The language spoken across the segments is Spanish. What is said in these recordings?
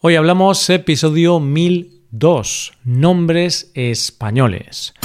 Hoy hablamos episodio 1002, nombres españoles.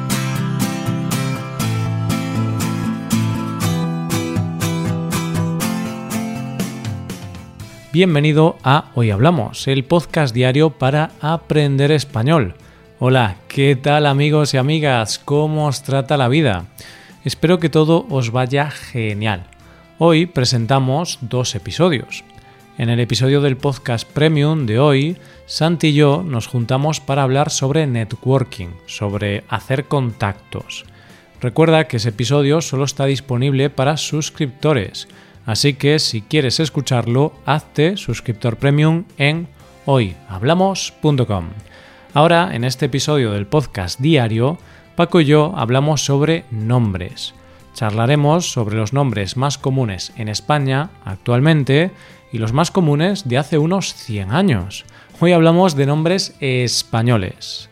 Bienvenido a Hoy Hablamos, el podcast diario para aprender español. Hola, ¿qué tal amigos y amigas? ¿Cómo os trata la vida? Espero que todo os vaya genial. Hoy presentamos 2 episodios. En el episodio del podcast Premium de hoy, Santi y yo nos juntamos para hablar sobre networking, sobre hacer contactos. Recuerda que ese episodio solo está disponible para suscriptores. Así que si quieres escucharlo, hazte suscriptor premium en hoyhablamos.com. Ahora, en este episodio del podcast diario, Paco y yo hablamos sobre nombres. Charlaremos sobre los nombres más comunes en España actualmente y los más comunes de hace unos 100 años. Hoy hablamos de nombres españoles.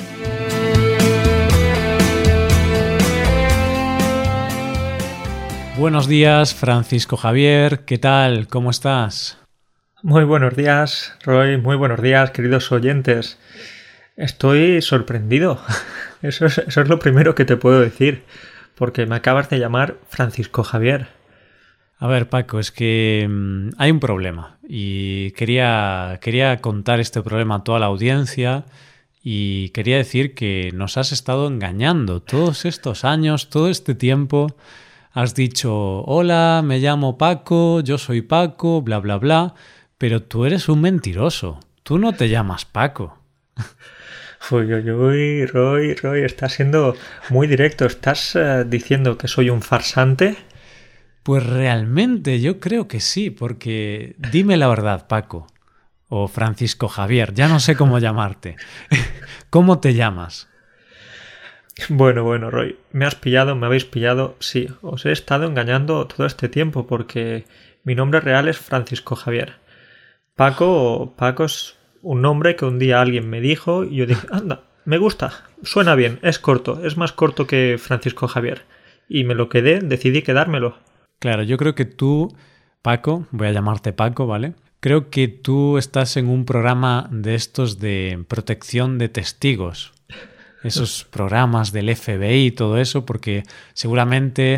Buenos días, Francisco Javier. ¿Qué tal? ¿Cómo estás? Muy buenos días, Roy. Muy buenos días, queridos oyentes. Estoy sorprendido. Eso es lo primero que te puedo decir, porque me acabas de llamar Francisco Javier. A ver, Paco, es que hay un problema y quería contar este problema a toda la audiencia y quería decir que nos has estado engañando todos estos años, todo este tiempo. Has dicho, hola, me llamo Paco, yo soy Paco, bla, bla, bla, pero tú eres un mentiroso. Tú no te llamas Paco. Uy, Roy, estás siendo muy directo. ¿Estás diciendo que soy un farsante? Pues realmente yo creo que sí, porque dime la verdad, Paco, o Francisco Javier, ya no sé cómo llamarte. ¿Cómo te llamas? Bueno, Roy, me habéis pillado. Sí, os he estado engañando todo este tiempo porque mi nombre real es Francisco Javier. Paco es un nombre que un día alguien me dijo y yo dije, anda, me gusta, suena bien, es corto, es más corto que Francisco Javier. Y me lo quedé, decidí quedármelo. Claro, yo creo que tú, Paco, voy a llamarte Paco, ¿vale? Creo que tú estás en un programa de estos de protección de testigos. Esos programas del FBI y todo eso, porque seguramente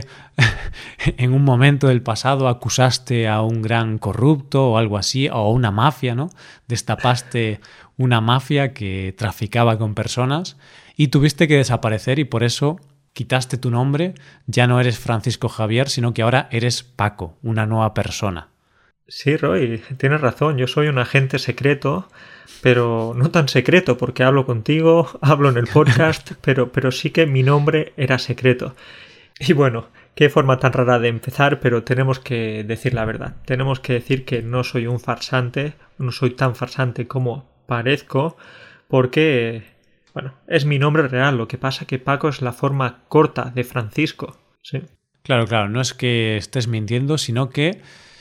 en un momento del pasado acusaste a un gran corrupto o algo así, o a una mafia, ¿no? Destapaste una mafia que traficaba con personas y tuviste que desaparecer y por eso quitaste tu nombre, ya no eres Francisco Javier, sino que ahora eres Paco, una nueva persona. Sí, Roy, tienes razón, yo soy un agente secreto, pero no tan secreto porque hablo contigo, hablo en el podcast, pero sí que mi nombre era secreto. Y bueno, qué forma tan rara de empezar, pero tenemos que decir la verdad. Tenemos que decir que no soy un farsante, no soy tan farsante como parezco, porque, bueno, es mi nombre real. Lo que pasa que Paco es la forma corta de Francisco, ¿sí? Claro, no es que estés mintiendo, sino que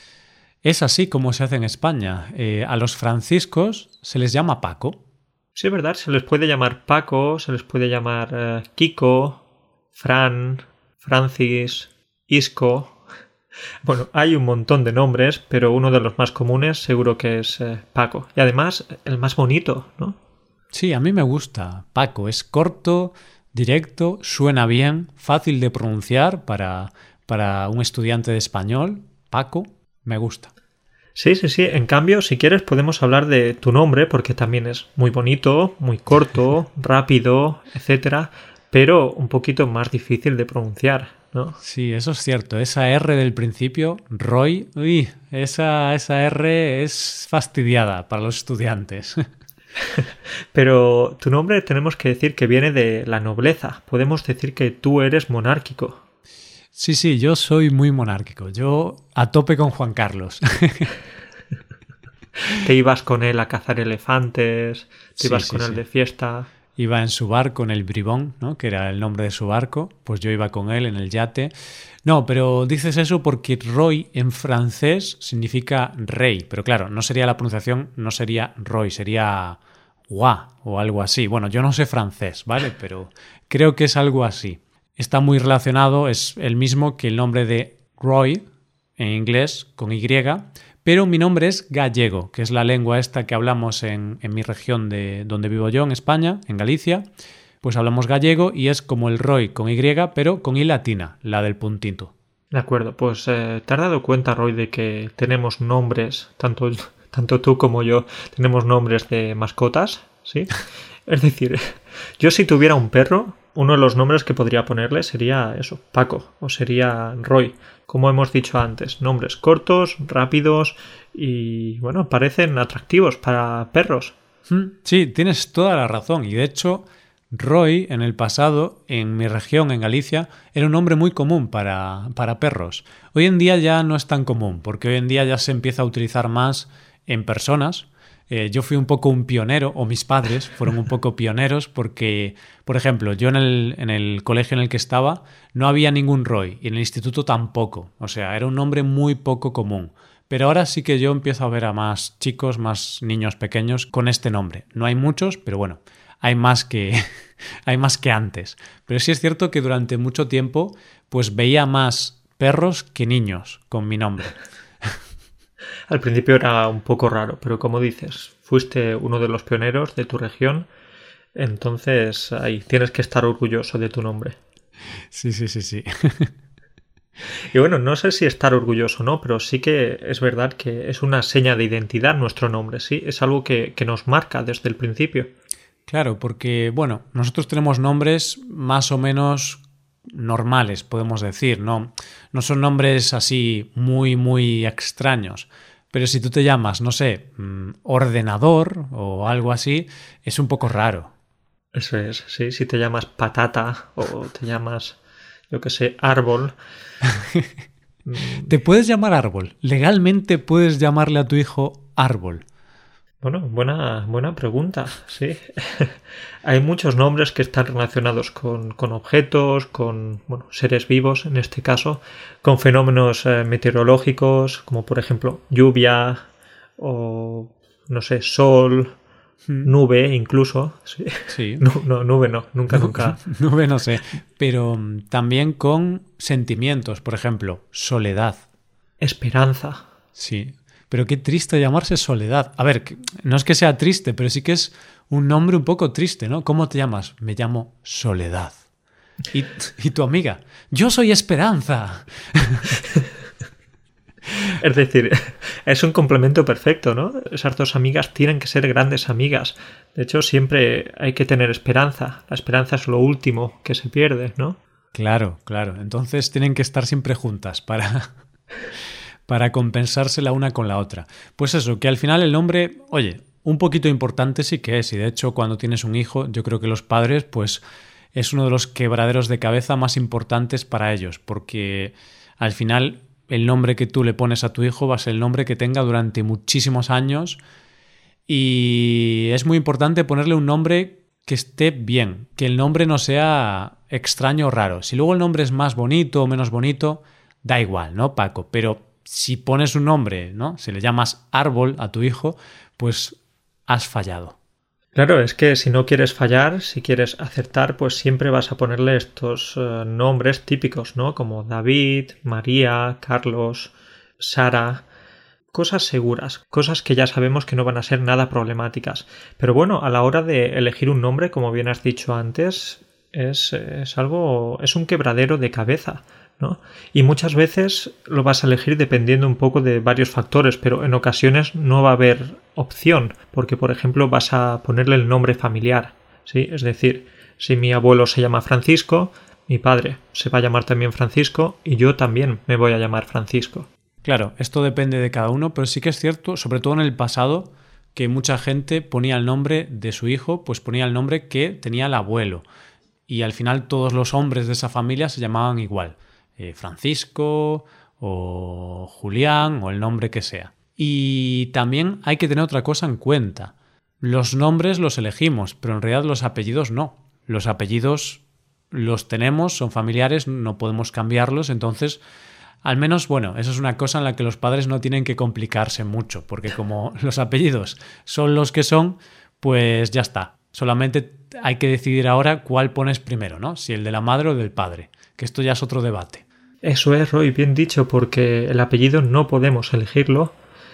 es así como se hace en España. A los franciscos se les llama Paco. Sí, es verdad. Se les puede llamar Paco, se les puede llamar Kiko, Fran, Francis, Isco. Bueno, hay un montón de nombres, pero uno de los más comunes seguro que es Paco. Y además, el más bonito, ¿no? Sí, a mí me gusta. Paco es corto, directo, suena bien, fácil de pronunciar para un estudiante de español. Paco, me gusta. Sí. En cambio, si quieres podemos hablar de tu nombre porque también es muy bonito, muy corto, rápido, etcétera, pero un poquito más difícil de pronunciar, ¿no? Sí, eso es cierto. Esa R del principio, Roy, esa R es fastidiada para los estudiantes. Pero tu nombre tenemos que decir que viene de la nobleza. Podemos decir que tú eres monárquico. Sí, yo soy muy monárquico. Yo a tope con Juan Carlos. Te ibas con él a cazar elefantes, ibas con él de fiesta. Iba en su barco, en el Bribón, ¿no? Que era el nombre de su barco. Pues yo iba con él en el yate. No, pero dices eso porque Roy en francés significa rey. Pero claro, no sería la pronunciación, no sería Roy, sería Roi o algo así. Bueno, yo no sé francés, ¿vale? Pero creo que es algo así. Está muy relacionado, es el mismo que el nombre de Roy en inglés con Y, Pero mi nombre es gallego, que es la lengua esta que hablamos en mi región de donde vivo yo, en España, en Galicia. Pues hablamos gallego y es como el Roy con Y, pero con I latina, la del puntito. De acuerdo, pues ¿te has dado cuenta, Roy, de que tenemos nombres, tanto tú como yo, tenemos nombres de mascotas? ¿Sí? Es decir, yo si tuviera un perro, uno de los nombres que podría ponerle sería eso, Paco, o sería Roy, como hemos dicho antes, nombres cortos, rápidos y, bueno, parecen atractivos para perros. Sí, tienes toda la razón. Y de hecho, Roy, en el pasado, en mi región, en Galicia, era un nombre muy común para perros. Hoy en día ya no es tan común, porque hoy en día ya se empieza a utilizar más en personas. Yo fui un poco un pionero, o mis padres fueron un poco pioneros, porque, por ejemplo, yo en el colegio en el que estaba no había ningún Roy, y en el instituto tampoco. O sea, era un nombre muy poco común. Pero ahora sí que yo empiezo a ver a más chicos, más niños pequeños con este nombre. No hay muchos, pero bueno, hay más que antes. Pero sí es cierto que durante mucho tiempo pues veía más perros que niños con mi nombre. Al principio era un poco raro, pero como dices, fuiste uno de los pioneros de tu región, entonces ahí tienes que estar orgulloso de tu nombre. Sí. Y bueno, no sé si estar orgulloso o no, pero sí que es verdad que es una seña de identidad nuestro nombre, ¿sí? Es algo que nos marca desde el principio. Claro, porque, bueno, nosotros tenemos nombres más o menos normales, podemos decir, no son nombres así muy, muy extraños. Pero si tú te llamas, no sé, ordenador o algo así, es un poco raro. Eso es, sí. Si te llamas patata o te llamas, yo qué sé, árbol. Te puedes llamar árbol. Legalmente puedes llamarle a tu hijo árbol. Bueno, buena pregunta, sí. Hay muchos nombres que están relacionados con objetos, con seres vivos en este caso, con fenómenos meteorológicos, como por ejemplo lluvia o, no sé, sol, nube incluso. Sí. No, nube no, nunca. Nube no sé, pero también con sentimientos, por ejemplo, soledad. Esperanza. Sí. Pero qué triste llamarse Soledad. A ver, no es que sea triste, pero sí que es un nombre un poco triste, ¿no? ¿Cómo te llamas? Me llamo Soledad. ¿Y tu amiga? Yo soy Esperanza. Es decir, es un complemento perfecto, ¿no? Esas dos amigas tienen que ser grandes amigas. De hecho, siempre hay que tener esperanza. La esperanza es lo último que se pierde, ¿no? Claro. Entonces tienen que estar siempre juntas para compensarse la una con la otra. Pues eso, que al final el nombre, oye, un poquito importante sí que es, y de hecho cuando tienes un hijo, yo creo que los padres, pues es uno de los quebraderos de cabeza más importantes para ellos, porque al final el nombre que tú le pones a tu hijo va a ser el nombre que tenga durante muchísimos años, y es muy importante ponerle un nombre que esté bien, que el nombre no sea extraño o raro. Si luego el nombre es más bonito o menos bonito, da igual, ¿no, Paco? Pero si pones un nombre, ¿no? Si le llamas árbol a tu hijo, pues has fallado. Claro, es que si no quieres fallar, si quieres acertar, pues siempre vas a ponerle estos nombres típicos, ¿no? Como David, María, Carlos, Sara. Cosas seguras, cosas que ya sabemos que no van a ser nada problemáticas. Pero bueno, a la hora de elegir un nombre, como bien has dicho antes, es un quebradero de cabeza, ¿no? Y muchas veces lo vas a elegir dependiendo un poco de varios factores, pero en ocasiones no va a haber opción, porque por ejemplo vas a ponerle el nombre familiar, ¿sí? Es decir, si mi abuelo se llama Francisco, mi padre se va a llamar también Francisco y yo también me voy a llamar Francisco. Claro, esto depende de cada uno, pero sí que es cierto, sobre todo en el pasado, que mucha gente ponía el nombre de su hijo, pues ponía el nombre que tenía el abuelo. Y al final todos los hombres de esa familia se llamaban igual. Francisco o Julián o el nombre que sea. Y también hay que tener otra cosa en cuenta. Los nombres los elegimos, pero en realidad los apellidos no. Los apellidos los tenemos, son familiares, no podemos cambiarlos, entonces, al menos, bueno, eso es una cosa en la que los padres no tienen que complicarse mucho, porque como los apellidos son los que son, pues ya está. Solamente hay que decidir ahora cuál pones primero, ¿no? Si el de la madre o del padre, que esto ya es otro debate. Eso es, Roy, bien dicho, porque el apellido no podemos elegirlo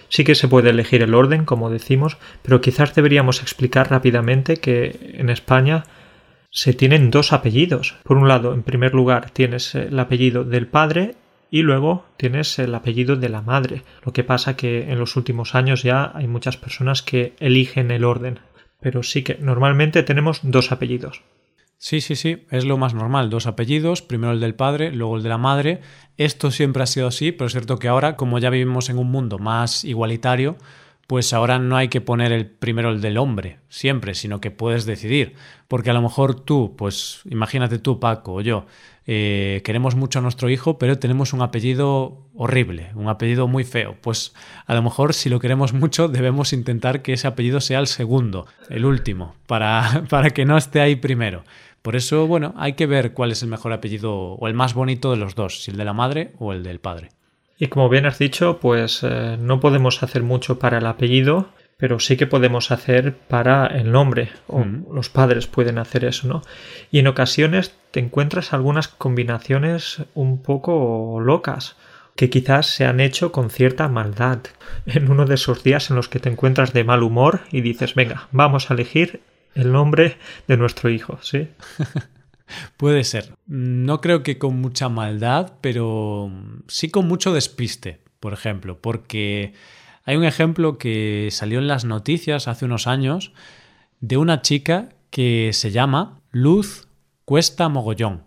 Sí que se puede elegir el orden, como decimos, pero quizás deberíamos explicar rápidamente que en España se tienen dos apellidos. Por un lado, en primer lugar, tienes el apellido del padre y luego tienes el apellido de la madre. Lo que pasa que en los últimos años ya hay muchas personas que eligen el orden. Pero sí que normalmente tenemos dos apellidos. Sí, es lo más normal, dos apellidos, primero el del padre, luego el de la madre. Esto siempre ha sido así, pero es cierto que ahora, como ya vivimos en un mundo más igualitario, pues ahora no hay que poner primero el del hombre, siempre, sino que puedes decidir. Porque a lo mejor tú, pues imagínate tú, Paco, o yo, queremos mucho a nuestro hijo, pero tenemos un apellido horrible, un apellido muy feo. Pues a lo mejor si lo queremos mucho debemos intentar que ese apellido sea el segundo, el último, para que no esté ahí primero. Por eso, bueno, hay que ver cuál es el mejor apellido o el más bonito de los dos, si el de la madre o el del padre. Y como bien has dicho, pues no podemos hacer mucho para el apellido, pero sí que podemos hacer para el nombre, o los padres pueden hacer eso, ¿no? Y en ocasiones te encuentras algunas combinaciones un poco locas, que quizás se han hecho con cierta maldad. En uno de esos días en los que te encuentras de mal humor y dices, venga, vamos a elegir el nombre de nuestro hijo, ¿sí? Puede ser. No creo que con mucha maldad, pero sí con mucho despiste, por ejemplo, porque hay un ejemplo que salió en las noticias hace unos años de una chica que se llama Luz Cuesta Mogollón.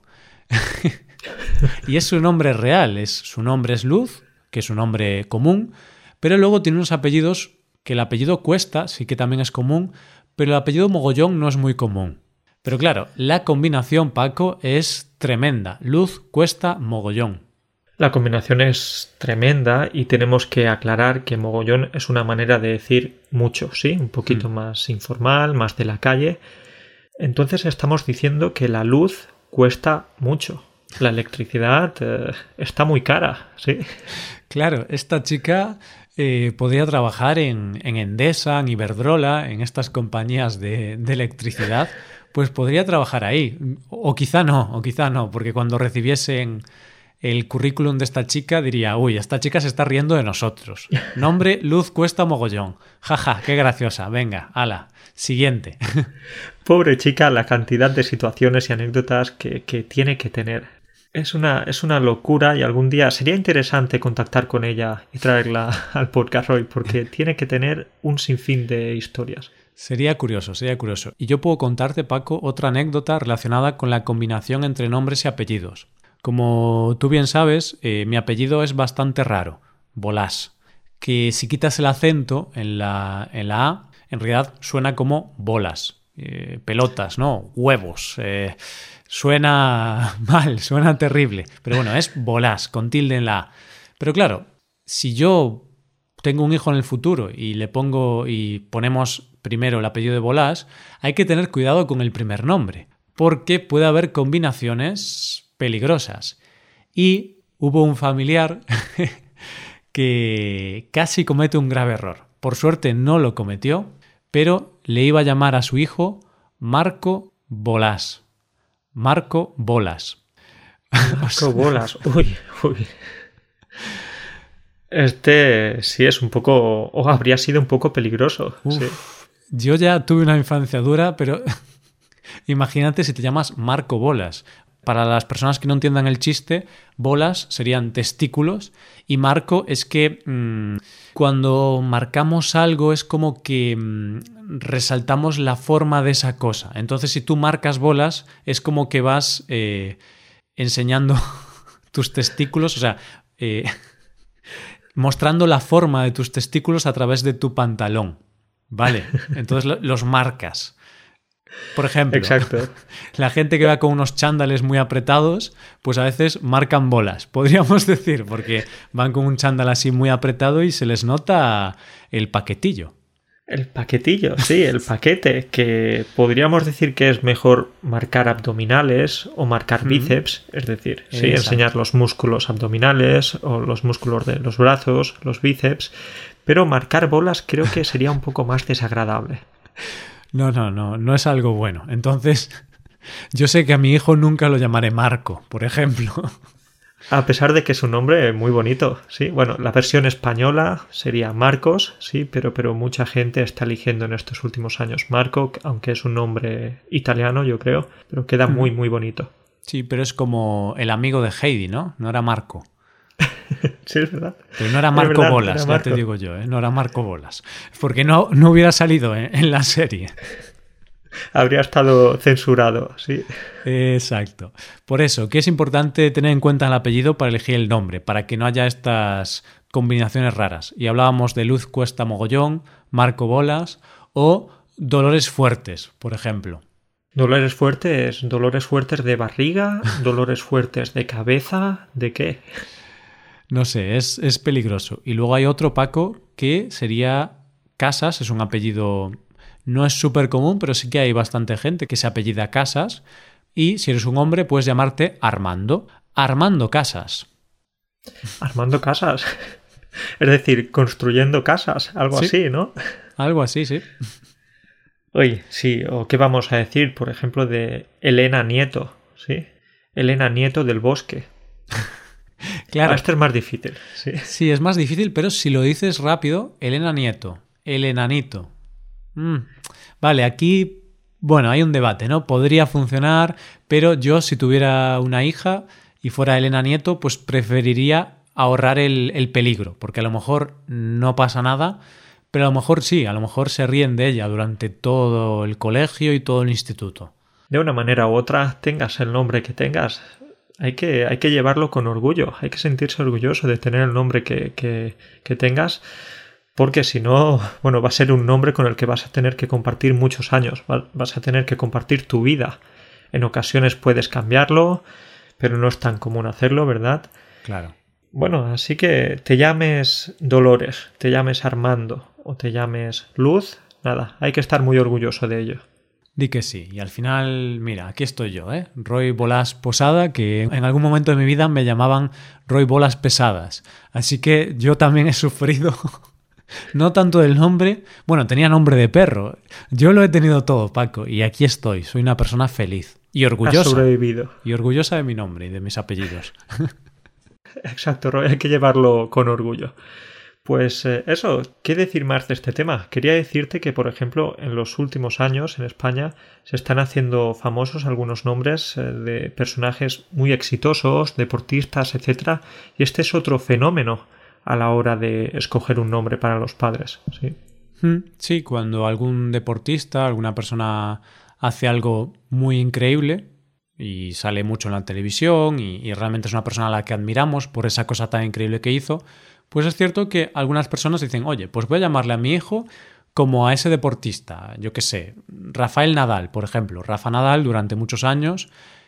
Y es su nombre real, su nombre es Luz, que es un nombre común, pero luego tiene unos apellidos que el apellido Cuesta sí que también es común, pero el apellido Mogollón no es muy común. Pero claro, la combinación, Paco, es tremenda. Luz Cuesta Mogollón. La combinación es tremenda y tenemos que aclarar que mogollón es una manera de decir mucho, ¿sí? Un poquito más informal, más de la calle. Entonces estamos diciendo que la luz cuesta mucho. La electricidad está muy cara, ¿sí? Claro, esta chica podría trabajar en Endesa, en Iberdrola, en estas compañías de electricidad, pues podría trabajar ahí. O quizá no, porque cuando recibiesen el currículum de esta chica diría, uy, esta chica se está riendo de nosotros. Nombre, Luz Cuesta Mogollón. Jaja, qué graciosa. Venga, ala, siguiente. Pobre chica, la cantidad de situaciones y anécdotas que tiene que tener. Es una locura y algún día sería interesante contactar con ella y traerla al podcast hoy porque tiene que tener un sinfín de historias. Sería curioso. Y yo puedo contarte, Paco, otra anécdota relacionada con la combinación entre nombres y apellidos. Como tú bien sabes, mi apellido es bastante raro, Bolás, que si quitas el acento en la A, en realidad suena como bolas, pelotas, ¿no? Huevos. Suena mal, suena terrible, pero bueno, es Bolás, con tilde en la A. Pero claro, si yo tengo un hijo en el futuro y ponemos primero el apellido de Bolás, hay que tener cuidado con el primer nombre, porque puede haber combinaciones peligrosas. Y hubo un familiar que casi comete un grave error. Por suerte no lo cometió, pero le iba a llamar a su hijo Marco Bolás. Marco Bolas. Marco Bolas. Uy. Este sí es un poco, o habría sido un poco peligroso. Sí. Yo ya tuve una infancia dura, pero imagínate si te llamas Marco Bolas. Para las personas que no entiendan el chiste, bolas serían testículos y marco es que cuando marcamos algo es como que resaltamos la forma de esa cosa. Entonces, si tú marcas bolas, es como que vas enseñando tus testículos, o sea, mostrando la forma de tus testículos a través de tu pantalón. ¿Vale? Entonces los marcas. Por ejemplo, exacto. La gente que va con unos chándales muy apretados, pues a veces marcan bolas, podríamos decir, porque van con un chándal así muy apretado y se les nota el paquetillo. El paquetillo, sí, el paquete, que podríamos decir que es mejor marcar abdominales o marcar bíceps, es decir, sí, enseñar los músculos abdominales o los músculos de los brazos, los bíceps, pero marcar bolas creo que sería un poco más desagradable. No es algo bueno. Entonces, yo sé que a mi hijo nunca lo llamaré Marco, por ejemplo. A pesar de que es un nombre muy bonito, sí. Bueno, la versión española sería Marcos, sí, pero mucha gente está eligiendo en estos últimos años Marco, aunque es un nombre italiano, yo creo, pero queda muy, muy bonito. Sí, pero es como el amigo de Heidi, ¿no? No era Marco. Sí, es verdad. Pero no era Marco verdad, Bolas, era ya Marco. te digo yo, ¿eh? No era Marco Bolas. Porque no hubiera salido en la serie. Habría estado censurado, sí. Exacto. Por eso, que es importante tener en cuenta el apellido para elegir el nombre, para que no haya estas combinaciones raras. Y hablábamos de Luz Cuesta Mogollón, Marco Bolas o Dolores Fuertes, por ejemplo. Dolores fuertes de barriga, dolores fuertes de cabeza, ¿de qué? No sé, es peligroso. Y luego hay otro, Paco, que sería Casas, es un apellido, no es súper común, pero sí que hay bastante gente que se apellida Casas. Y si eres un hombre, puedes llamarte Armando. Armando Casas. Armando casas. Es decir, construyendo casas, algo Sí. así, ¿no? Algo así, sí. Oye, sí, o qué vamos a decir, por ejemplo, de Elena Nieto, ¿sí? Elena Nieto del Bosque. Claro. Este es más difícil, sí. Sí, es más difícil, pero si lo dices rápido, Elena Nieto, el enanito. Vale, aquí, bueno, hay un debate, ¿no? Podría funcionar, pero yo si tuviera una hija y fuera Elena Nieto, pues preferiría ahorrar el peligro, porque a lo mejor no pasa nada, pero a lo mejor sí, a lo mejor se ríen de ella durante todo el colegio y todo el instituto. De una manera u otra, tengas el nombre que tengas, hay que llevarlo con orgullo, hay que sentirse orgulloso de tener el nombre que tengas, porque si no, bueno, va a ser un nombre con el que vas a tener que compartir muchos años, vas a tener que compartir tu vida. En ocasiones puedes cambiarlo, pero no es tan común hacerlo, ¿verdad? Claro. Bueno, así que te llames Dolores, te llames Armando o te llames Luz, nada, hay que estar muy orgulloso de ello. Di que sí. Y al final, mira, aquí estoy yo, ¿eh? Roy Bolas Posada, que en algún momento de mi vida me llamaban Roy Bolas Pesadas. Así que yo también he sufrido, no tanto del nombre, bueno, tenía nombre de perro. Yo lo he tenido todo, Paco, y aquí estoy. Soy una persona feliz y orgullosa. Has sobrevivido. Y orgullosa de mi nombre y de mis apellidos. Exacto, Roy, hay que llevarlo con orgullo. Pues eso, ¿qué decir más de este tema? Quería decirte que, por ejemplo, en los últimos años en España se están haciendo famosos algunos nombres de personajes muy exitosos, deportistas, etc. Y este es otro fenómeno a la hora de escoger un nombre para los padres, ¿sí? Sí, cuando algún deportista, alguna persona hace algo muy increíble y sale mucho en la televisión y realmente es una persona a la que admiramos por esa cosa tan increíble que hizo, pues es cierto que algunas personas dicen, oye, pues voy a llamarle a mi hijo como a ese deportista, yo qué sé, Rafael Nadal, por ejemplo. Rafa Nadal durante muchos años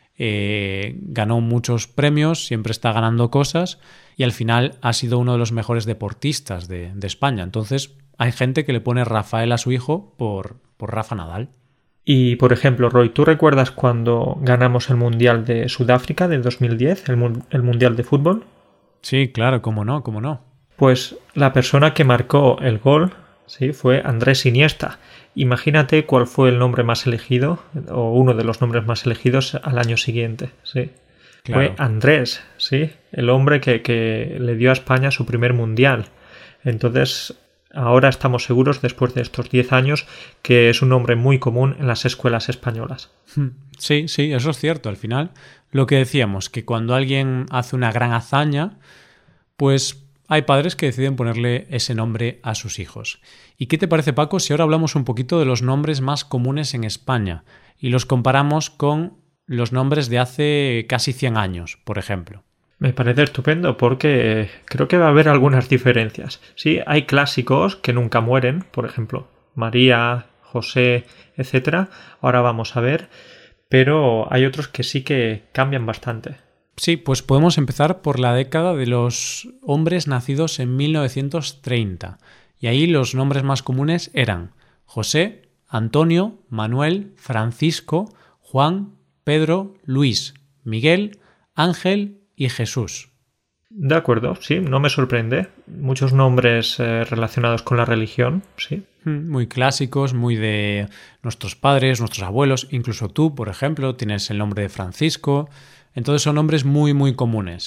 ganó muchos premios, siempre está ganando cosas y al final ha sido uno de los mejores deportistas de España. Entonces hay gente que le pone Rafael a su hijo por Rafa Nadal. Y, por ejemplo, Roy, ¿tú recuerdas cuando ganamos el Mundial de Sudáfrica del 2010, el Mundial de Fútbol? Sí, claro, cómo no, cómo no. Pues la persona que marcó el gol, sí, fue Andrés Iniesta. Imagínate cuál fue el nombre más elegido, o uno de los nombres más elegidos al año siguiente, sí. Claro. Fue Andrés, sí, el hombre que le dio a España su primer mundial. Entonces, ahora estamos seguros, después de estos 10 años, que es un nombre muy común en las escuelas españolas. Sí, sí, eso es cierto. Al final, lo que decíamos, que cuando alguien hace una gran hazaña, pues hay padres que deciden ponerle ese nombre a sus hijos. ¿Y qué te parece, Paco, si ahora hablamos un poquito de los nombres más comunes en España y los comparamos con los nombres de hace casi 100 años, por ejemplo? Me parece estupendo porque creo que va a haber algunas diferencias. Sí, hay clásicos que nunca mueren, por ejemplo, María, José, etc. Ahora vamos a ver, pero hay otros que sí que cambian bastante. Sí, pues podemos empezar por la década de los hombres nacidos en 1930. Y ahí los nombres más comunes eran José, Antonio, Manuel, Francisco, Juan, Pedro, Luis, Miguel, Ángel y Jesús. De acuerdo, sí, no me sorprende. Muchos nombres relacionados con la religión, sí. Muy clásicos, muy de nuestros padres, nuestros abuelos, incluso tú, por ejemplo, tienes el nombre de Francisco. Entonces son nombres muy, muy comunes.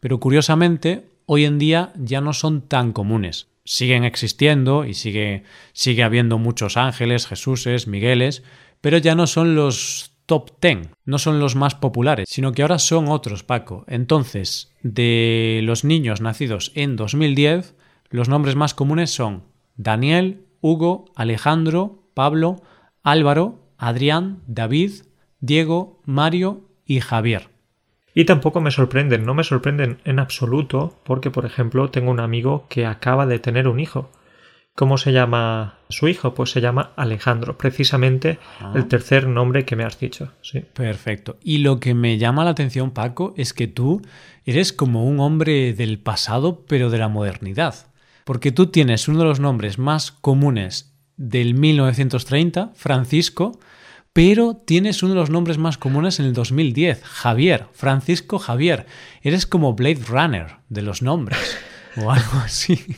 pero curiosamente hoy en día ya no son tan comunes. Siguen existiendo y sigue habiendo muchos ángeles, Jesuses, Migueles, pero ya no son los top 10, no son los más populares, sino que ahora son otros, Paco. Entonces, de los niños nacidos en 2010, los nombres más comunes son Daniel, Hugo, Alejandro, Pablo, Álvaro, Adrián, David, Diego, Mario y Javier. Y tampoco me sorprenden, no me sorprenden en absoluto, porque, por ejemplo, tengo un amigo que acaba de tener un hijo. ¿Cómo se llama su hijo? Pues se llama Alejandro, precisamente el tercer nombre que me has dicho. Sí. Perfecto. Y lo que me llama la atención, Paco, es que tú eres como un hombre del pasado, pero de la modernidad. Porque tú tienes uno de los nombres más comunes del 1930, Francisco, pero tienes uno de los nombres más comunes en el 2010, Javier, Francisco Javier. Eres como Blade Runner de los nombres o algo así.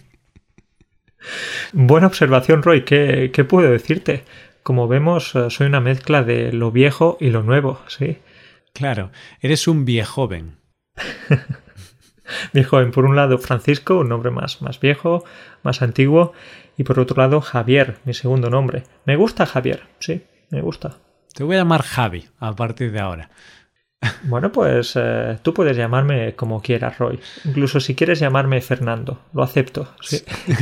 Buena observación, Roy. ¿Qué puedo decirte? Como vemos, soy una mezcla de lo viejo y lo nuevo, ¿sí? Claro, eres un viejoven. Viejoven, por un lado Francisco, un nombre más viejo, más antiguo, y por otro lado Javier, mi segundo nombre. Me gusta Javier, sí, me gusta. Te voy a llamar Javi a partir de ahora. Bueno, pues tú puedes llamarme como quieras, Roy. Incluso si quieres llamarme Fernando, lo acepto. ¿Sí?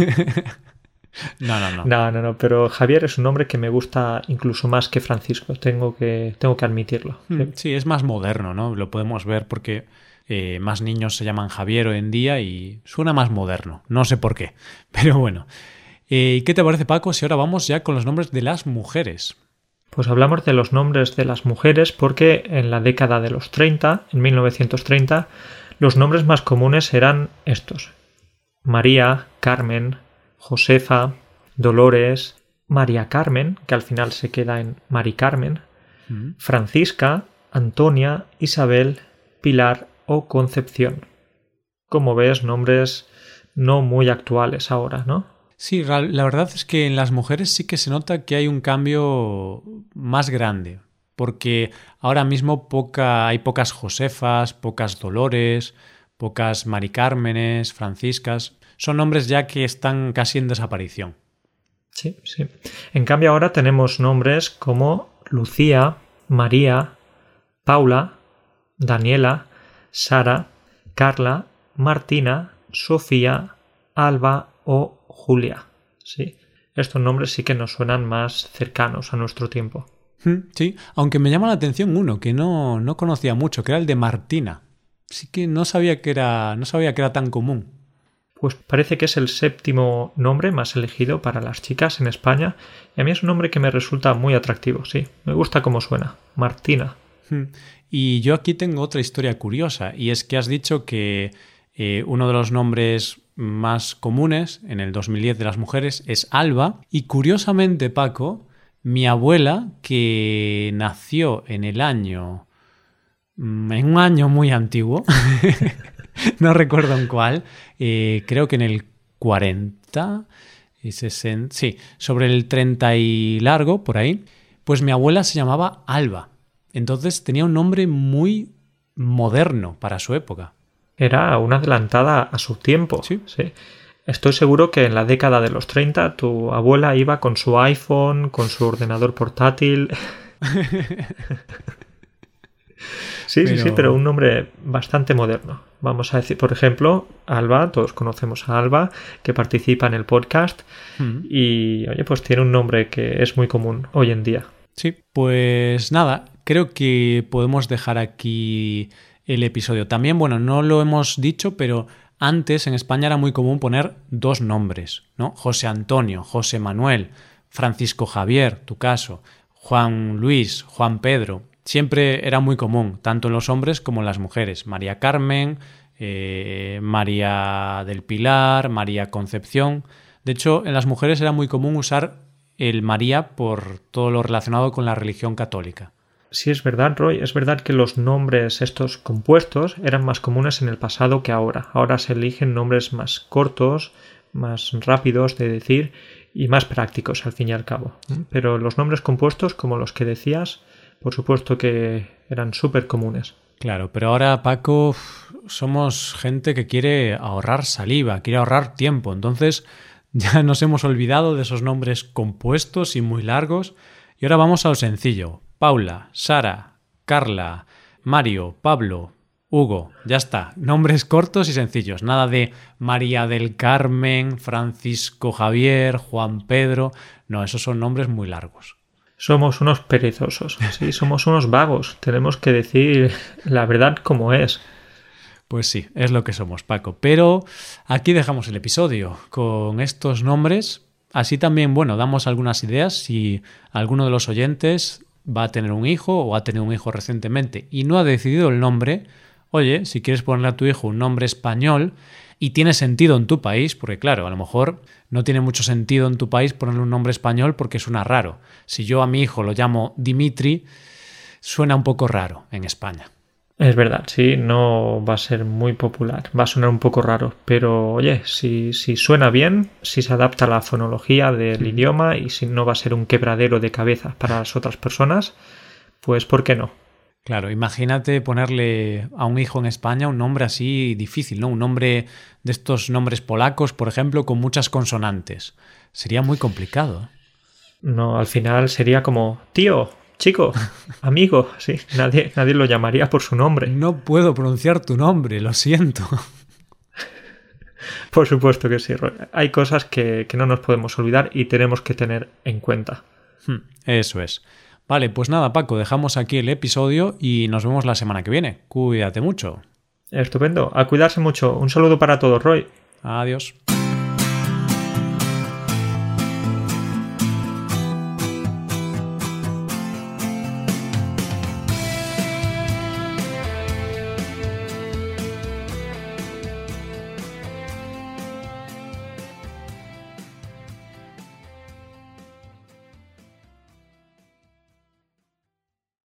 No. No, pero Javier es un nombre que me gusta incluso más que Francisco, tengo que admitirlo. Sí, es más moderno, ¿no? Lo podemos ver porque más niños se llaman Javier hoy en día y suena más moderno. No sé por qué, pero bueno. ¿Qué te parece, Paco, si ahora vamos ya con los nombres de las mujeres? Pues hablamos de los nombres de las mujeres porque en la década de los 30, en 1930, los nombres más comunes eran estos: María, Carmen, Josefa, Dolores, María Carmen, que al final se queda en Mari Carmen, Francisca, Antonia, Isabel, Pilar o Concepción. Como ves, nombres no muy actuales ahora, ¿no? Sí, la verdad es que en las mujeres sí que se nota que hay un cambio más grande, porque ahora mismo hay pocas Josefas, pocas Dolores, pocas Mari Cármenes, Franciscas. Son nombres ya que están casi en desaparición. Sí. En cambio ahora tenemos nombres como Lucía, María, Paula, Daniela, Sara, Carla, Martina, Sofía, Alba o Julia. Sí, estos nombres sí que nos suenan más cercanos a nuestro tiempo. Sí, aunque me llama la atención uno que no conocía mucho, que era el de Martina. Sí que no sabía que era tan común. Pues parece que es el séptimo nombre más elegido para las chicas en España y a mí es un nombre que me resulta muy atractivo, sí. Me gusta cómo suena. Martina. Y yo aquí tengo otra historia curiosa y es que has dicho que uno de los nombres más comunes en el 2010 de las mujeres es Alba y curiosamente, Paco, mi abuela, que nació en un año muy antiguo, no recuerdo en cuál, creo que en el 40 y 60, sí, sobre el 30 y largo, por ahí, pues mi abuela se llamaba Alba. Entonces tenía un nombre muy moderno para su época. Era una adelantada a su tiempo. Sí. Estoy seguro que en la década de los 30 tu abuela iba con su iPhone, con su ordenador portátil. Sí, pero un nombre bastante moderno. Vamos a decir, por ejemplo, Alba, todos conocemos a Alba, que participa en el podcast y, oye, pues tiene un nombre que es muy común hoy en día. Sí, pues nada, creo que podemos dejar aquí el episodio. También, bueno, no lo hemos dicho, pero antes en España era muy común poner dos nombres, ¿no? José Antonio, José Manuel, Francisco Javier, tu caso, Juan Luis, Juan Pedro. Siempre era muy común, tanto en los hombres como en las mujeres. María Carmen, María del Pilar, María Concepción. De hecho, en las mujeres era muy común usar el María por todo lo relacionado con la religión católica. Sí, es verdad, Roy. Es verdad que los nombres estos compuestos eran más comunes en el pasado que ahora. Ahora se eligen nombres más cortos, más rápidos de decir y más prácticos al fin y al cabo. Pero los nombres compuestos, como los que decías, por supuesto que eran súper comunes. Claro, pero ahora, Paco, somos gente que quiere ahorrar saliva, quiere ahorrar tiempo. Entonces ya nos hemos olvidado de esos nombres compuestos y muy largos. Y ahora vamos a lo sencillo. Paula, Sara, Carla, Mario, Pablo, Hugo. Ya está. Nombres cortos y sencillos. Nada de María del Carmen, Francisco Javier, Juan Pedro. No, esos son nombres muy largos. Somos unos perezosos, sí, somos unos vagos. Tenemos que decir la verdad como es. Pues sí, es lo que somos, Paco. Pero aquí dejamos el episodio con estos nombres. Así también, bueno, damos algunas ideas si alguno de los oyentes va a tener un hijo o ha tenido un hijo recientemente y no ha decidido el nombre. Oye, si quieres ponerle a tu hijo un nombre español y tiene sentido en tu país, porque claro, a lo mejor no tiene mucho sentido en tu país ponerle un nombre español porque suena raro. Si yo a mi hijo lo llamo Dimitri, suena un poco raro en España. Es verdad, sí, no va a ser muy popular, va a sonar un poco raro, pero oye, si suena bien, si se adapta a la fonología del idioma y si no va a ser un quebradero de cabeza para las otras personas, pues ¿por qué no? Claro, imagínate ponerle a un hijo en España un nombre así difícil, ¿no? Un nombre de estos nombres polacos, por ejemplo, con muchas consonantes. Sería muy complicado. No, al final sería como tío, chico, amigo, sí, nadie lo llamaría por su nombre. No puedo pronunciar tu nombre, lo siento. Por supuesto que sí, Roy. Hay cosas que no nos podemos olvidar y tenemos que tener en cuenta. Eso es. Vale, pues nada, Paco, dejamos aquí el episodio y nos vemos la semana que viene. Cuídate mucho. Estupendo. A cuidarse mucho. Un saludo para todos, Roy. Adiós.